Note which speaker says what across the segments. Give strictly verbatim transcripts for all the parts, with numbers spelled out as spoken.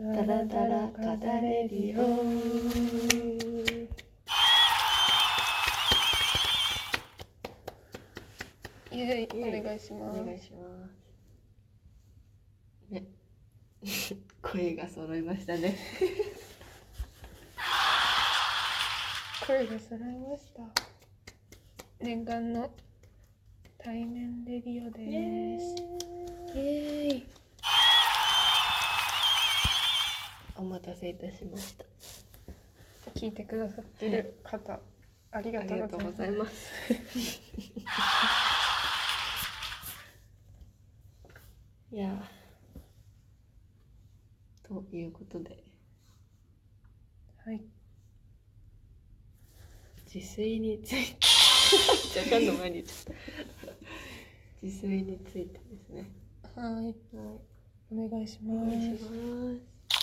Speaker 1: ダラダラ語れるよ。イエイ、お願いします。
Speaker 2: お願いしますね。声が揃いましたね。
Speaker 1: 声が揃いました。念願の対面レディオです。
Speaker 2: イエーイ。お待たせいたしました。
Speaker 1: 聞いてくださってる方、ありがとうございます。
Speaker 2: いやー、ということで、
Speaker 1: はい。
Speaker 2: 自炊について若干の前に言っちゃった自炊についてですね。
Speaker 1: はい。
Speaker 2: はい。
Speaker 1: お願いします。
Speaker 2: お願いします。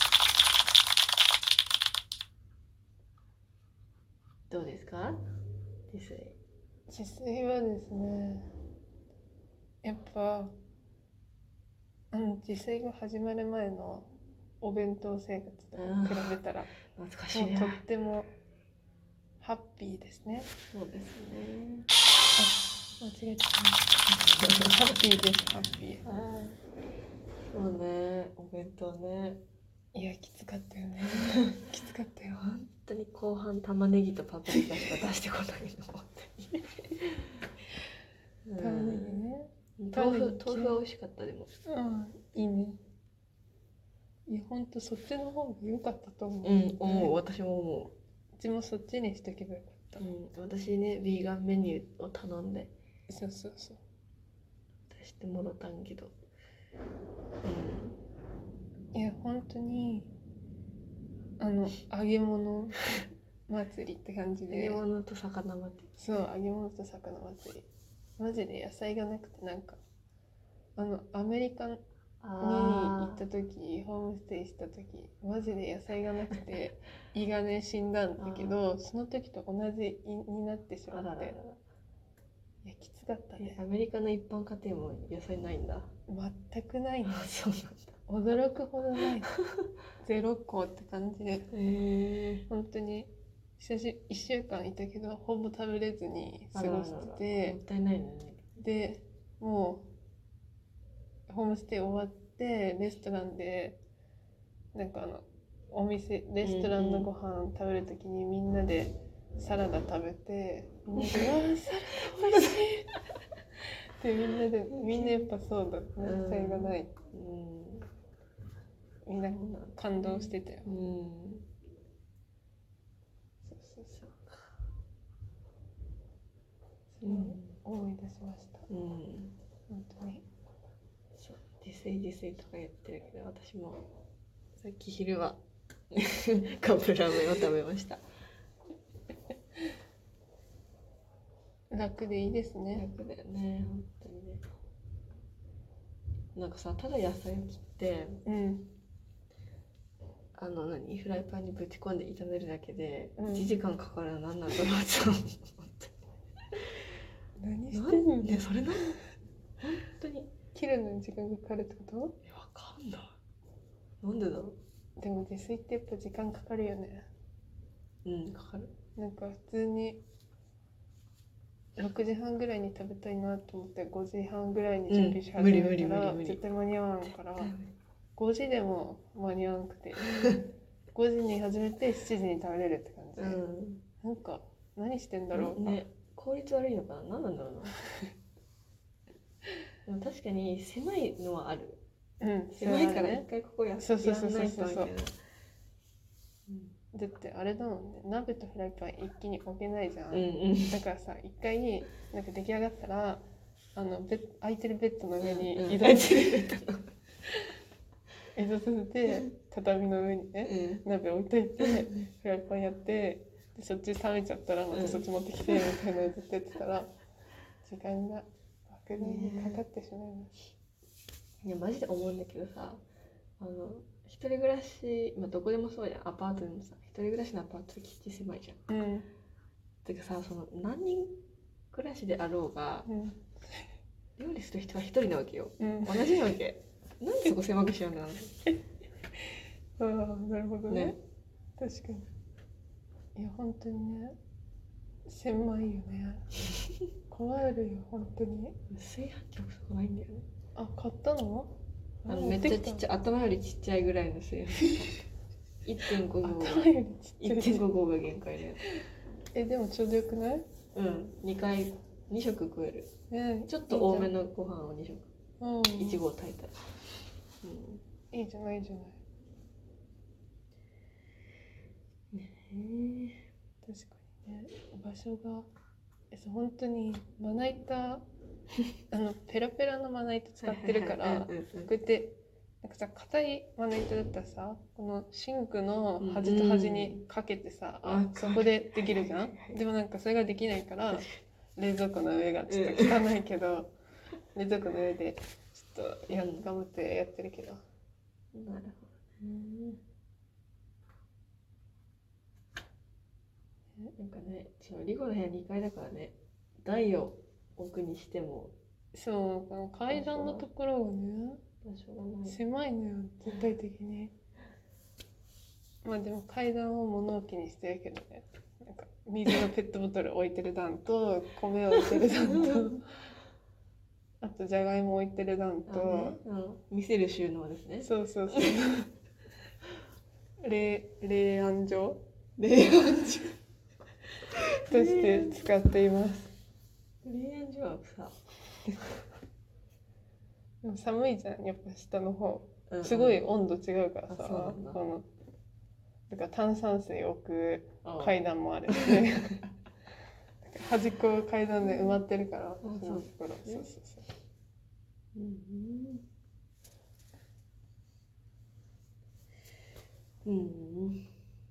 Speaker 2: どうですか？自炊。
Speaker 1: 自炊はですね、やっぱ、うん、自炊が始まる前のお弁当生活とか比べたら、
Speaker 2: 懐かしいね。
Speaker 1: もうとってもハッピーですね。
Speaker 2: そうですね。
Speaker 1: あ、間違えた。ハッピーです、ハッピー。
Speaker 2: そうね、お弁当ね。
Speaker 1: いや、きつかったよね。きつかったよ。
Speaker 2: 本当に後半玉ねぎとパプリカしか出してこないの、本当に。
Speaker 1: 玉ねぎね。
Speaker 2: 豆腐、豆腐は美味しかったでも。
Speaker 1: うん、いいね。いや、ほんとそっちの方が良かったと思う。
Speaker 2: うん、思う、私も思う。
Speaker 1: うちもそっちにしとけばよかった。
Speaker 2: うん、私ね、ビーガンメニューを頼んで。
Speaker 1: そうそうそう。
Speaker 2: 出してもろたんけど。
Speaker 1: うん。いや、本当に、あの、揚げ物祭りって感じで。
Speaker 2: 揚げ物と魚祭り。
Speaker 1: そう、揚げ物と魚祭り。マジで野菜がなくて、なんか、あの、アメリカに行った時、ホームステイした時、マジで野菜がなくて、胃がね、死んだんだけど、その時と同じ胃になってしまって。
Speaker 2: あらららら。
Speaker 1: いや、きつかったね。
Speaker 2: アメリカの一般家庭も野菜ないんだ。
Speaker 1: 全くないね。
Speaker 2: そうなん
Speaker 1: だ。驚くほどない。ゼロ個って感じで。
Speaker 2: へえ。
Speaker 1: 本当に久しいっしゅうかんいたけど、ほぼ食べれずに過ごしてて。
Speaker 2: もったいないね。
Speaker 1: で、もうホームステイ終わってレストランでなんかあのお店レストランのご飯食べるときにみんなでサラダ食べて、みんなで「うわーサラダ美味しい!」ってみんなでみんなやっぱそうだった野菜がない、うん、みんな感動してたよ、うん、そうそうそう、うん、思い出しました、うん、本当に
Speaker 2: そう自炊自炊とか言ってるけど、私もさっき昼はカップラーメンを食べました
Speaker 1: 楽でいいですね。
Speaker 2: 楽だよね、本当にね。なんかさ、ただ野菜を切って、うん、あの何フライパンにぶち込んで炒めるだけでいちじかんかかるのなんなんだろうと思って。
Speaker 1: 何してんの
Speaker 2: ね、それ何？本当に
Speaker 1: 切るのに時間がかかるってこと？
Speaker 2: え、わかんない。なんでだろ
Speaker 1: う。でも自炊ってやっぱ時間かかるよね。
Speaker 2: うん、かかる。なん
Speaker 1: か普通にろくじはんぐらいに食べたいなと思ってごじはんぐらいに準備し始めたら絶対間に合わんからごじでも間に合わなくてごじに始めてしちじに食べれるって感じ、うん、なんか何してんだろうか、ね、
Speaker 2: 効率悪いのかな、何なんだろうなでも確かに狭いのはある、うん、狭いから一回ここやってやんないとみたいな。
Speaker 1: だってあれだもんね、鍋とフライパン一気に置けないじゃん、うんうん、だからさ、一回なんか出来上がったらあのベッ空いてるベッドの上に移動して、うんうん、移動させて畳の上にね、うん、鍋置いといて、うん、フライパンやってでそっち冷めちゃったらまたそっち持ってきてみたいなのずっとやってたら時間が爆弾にかかってしまいます、
Speaker 2: ね、いやマジで思うんだけどさ、あの一人暮らし、まあ、どこでもそうじゃん、アパートでもさ、一人暮らしのアパートってキッチン狭いじゃん、うん、てかさ、その何人暮らしであろうが、うん、料理する人は一人なわけよ、うん、同じなわけ。なんでそこ狭くしようなの
Speaker 1: ああ、なるほどね。
Speaker 2: ね。
Speaker 1: 確かに。いや、本当にね、狭いよね。困るよ、本当に。
Speaker 2: 炊飯器もそこないんだよね。
Speaker 1: あ、買ったの？
Speaker 2: あのめっちゃちっちゃい、頭よりちっちゃいぐらいの炊飯器。いってんご 合。
Speaker 1: 頭よりちっちゃい。
Speaker 2: いってんご 合が限界だよ。
Speaker 1: え、でもちょうどよくない？
Speaker 2: うん、にかい、に食食える。
Speaker 1: ね、
Speaker 2: ちょっと多めのご飯をに食。
Speaker 1: うん。
Speaker 2: いち合炊いたら。
Speaker 1: うん。いいじゃない、いいじゃない。
Speaker 2: ねえ。
Speaker 1: 確かにね、場所が、え、そう、本当にまな板、あのペラペラのまな板使ってるから、こうやってなんかさ、硬いまな板だったらさ、このシンクの端と端にかけてさ、
Speaker 2: うん、
Speaker 1: あ、そこでできるじゃん。でもなんかそれができないから冷蔵庫の上がちょっと汚いけど、冷蔵庫の上でちょっとや、うん、頑張ってやってるけど。
Speaker 2: なるほどね。なんかね、そのリコの部屋にかいだからね、台を置くにしても、
Speaker 1: そう、あの階段のところがね、
Speaker 2: 場所がない、
Speaker 1: 狭いのよ、絶対的に。まあでも階段を物置にしてるけどね、なんか水のペットボトル置いてる段と米置いてる段とあとじゃがいも置いてる段と、ね、
Speaker 2: うん、見せる収納ですね。
Speaker 1: そうそうそう冷冷暗所
Speaker 2: 冷暗所
Speaker 1: として使っています。
Speaker 2: 冷暗所はさ
Speaker 1: でも寒いじゃん、やっぱ下の方、うんうん、すごい温度違うからさ、このだから炭酸水置く階段もあるし端っこ階段で埋まってるから、そのところ、そうそうそう、うん
Speaker 2: うん、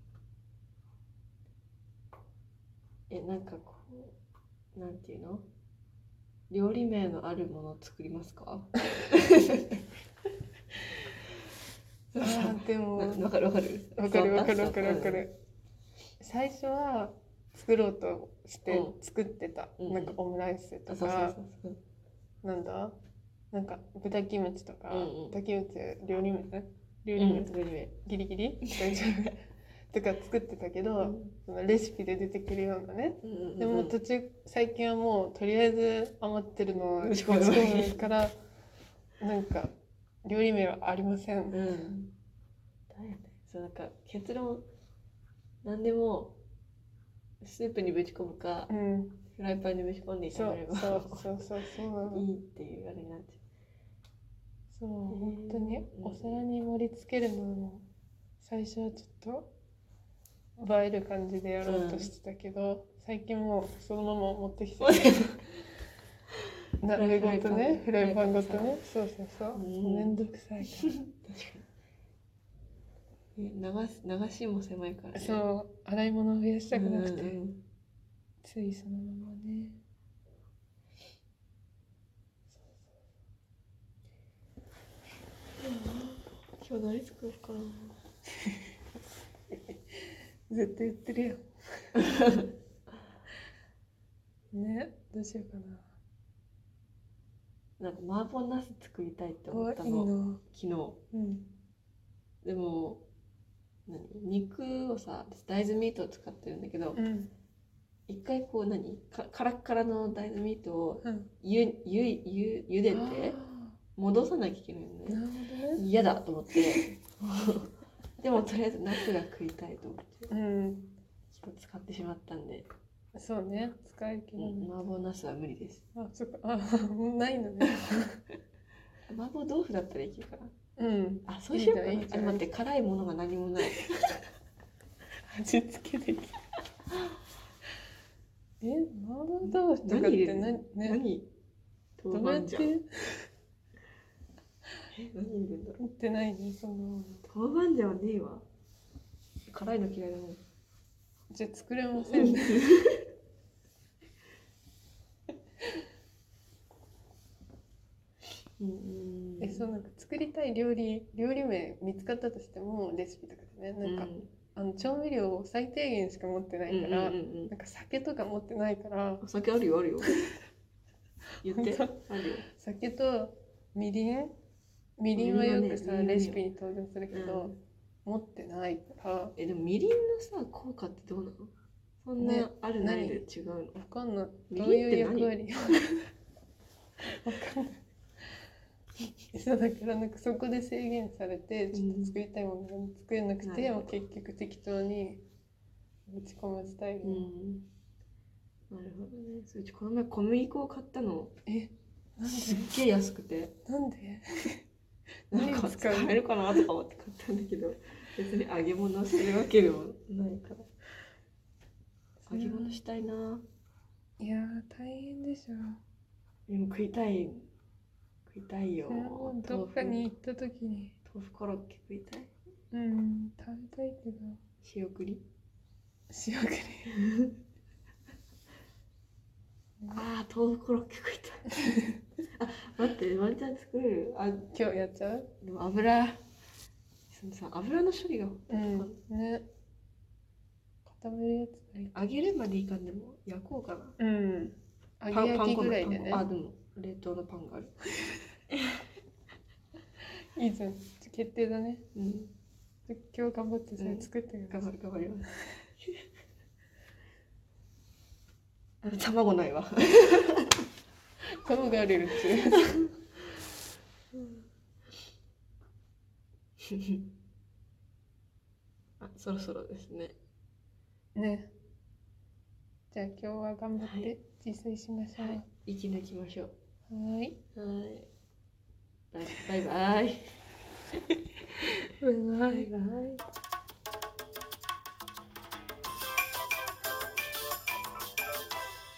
Speaker 2: え、なんかこう、なんていうの、料理名のあるものを作りますか？
Speaker 1: あ、でも
Speaker 2: わかるわかる
Speaker 1: わかるわかるわかるわかる。最初は作ろうとして作ってた、うん、なんかオムライスとか、なんだなんか豚キムチとか、うんうん、豚キムチ料理名料理名、うん、料理名ギリギリ大丈夫とか作ってたけど、うん、そのレシピで出てくるようなね、うんうんうん、でも途中最近はもうとりあえず余ってるのを打ち込むからなんか料理名はありません、うん、だよ
Speaker 2: ね。そう、なんか結論何でもスープにぶち込むか、うん、フライパンにぶち込んで炒めれば
Speaker 1: そうそうそうそう
Speaker 2: いいっていうあれになっちゃう。
Speaker 1: そう、本当にお皿に盛り付けるのも最初はちょっと映える感じでやろうとしてたけど、うん、最近もうそのまま持ってきて鍋ごとね、フライパンごとね、そうそうそう、うん、めんどくさいから
Speaker 2: 流し流しも狭いからね。
Speaker 1: そう、洗い物を増やしたくなくて、うんうん、ついそのままね。
Speaker 2: 今日何作ろうかな
Speaker 1: 絶対言ってるよね、どうしようか
Speaker 2: な。なんか麻婆ナス作りたいって思ったの、いいの昨日、うん、でも何肉をさ、大豆ミートを使ってるんだけど、うん、一回こう何かカラッカラの大豆ミートをゆ、うん、ゆゆゆでて戻さなきゃいけないのね。なるほどね。嫌だと思ってでもとりあえずナスが食いたいと思って、うん、ちょっと使ってしまったんで。
Speaker 1: そうね、使い切れない、
Speaker 2: うん、麻婆ナスは無理です。
Speaker 1: あ、そっか、あ、ないのね
Speaker 2: 麻婆豆腐だったらいけるかな。
Speaker 1: うん、
Speaker 2: あ、そうしようかな。いいあ、待って、辛いものが何もない
Speaker 1: 味付けできるえ、麻婆豆腐とかって何、ね、
Speaker 2: 何
Speaker 1: 豆板醤
Speaker 2: え、何入れるんだろう。
Speaker 1: 持ってないね、その
Speaker 2: 豆板醤ねえわ。辛いの嫌いだもん。
Speaker 1: じゃあ作れませんねうん、え、そうなんか作りたい料理料理名見つかったとしてもレシピとかでね、なんか、うん、あの調味料を最低限しか持ってないから、うんうんうん、なんか酒とか持ってないから。
Speaker 2: 酒あるよあるよ言ってあるよ。
Speaker 1: 酒とみりんみりんはよくさ、ね、レシピに登場するけど、 持ってないから。
Speaker 2: えでもみりんのさ効果ってどうなの？そんなあるないで違うの？
Speaker 1: わかんない。
Speaker 2: み
Speaker 1: どういう
Speaker 2: りんって何？
Speaker 1: 役割？わかんない。そうだからなんかそこで制限されてちょっと作りたいものが作れなくて、
Speaker 2: うん、
Speaker 1: もう結局適当に打ち込むスタイル。
Speaker 2: うん、なるほどね。うちこの前小麦粉を買ったの。
Speaker 1: え、なん
Speaker 2: ですっげえ安くて。
Speaker 1: なんで？
Speaker 2: なんか使えるかなとか思って買ったんだけど、別に揚げ物するわけでもないから。揚げ物したいな。
Speaker 1: いやー大変でしょ。
Speaker 2: でも食いたい食いたいよ。
Speaker 1: どっかに行った時に
Speaker 2: 豆腐コロッケ食いたい。
Speaker 1: うん、食べたいけど。
Speaker 2: 塩栗
Speaker 1: 塩栗
Speaker 2: あー豆腐コロッケ食いたいあ、待ってワンチャン作れる？あ、
Speaker 1: 今日やっちゃう？
Speaker 2: でも油そのさ油の処理が
Speaker 1: うんね、固めるやつ
Speaker 2: 揚げるまでいかんでも焼こうかな。
Speaker 1: うん揚げ焼きぐらいでね。
Speaker 2: あ、でも冷凍のパンがある
Speaker 1: いいじゃん、決定だね。
Speaker 2: うん、
Speaker 1: 今日頑張ってそれ作ってください。
Speaker 2: 頑張ります卵ないわ
Speaker 1: 卵があるうち
Speaker 2: あ、そろそろですね。
Speaker 1: ね。じゃあ今日は頑張って自炊しましょう。はい、
Speaker 2: 息抜きましょ
Speaker 1: う。はい。
Speaker 2: はい。バイバイ。
Speaker 1: バイバイ。
Speaker 2: バイバイ。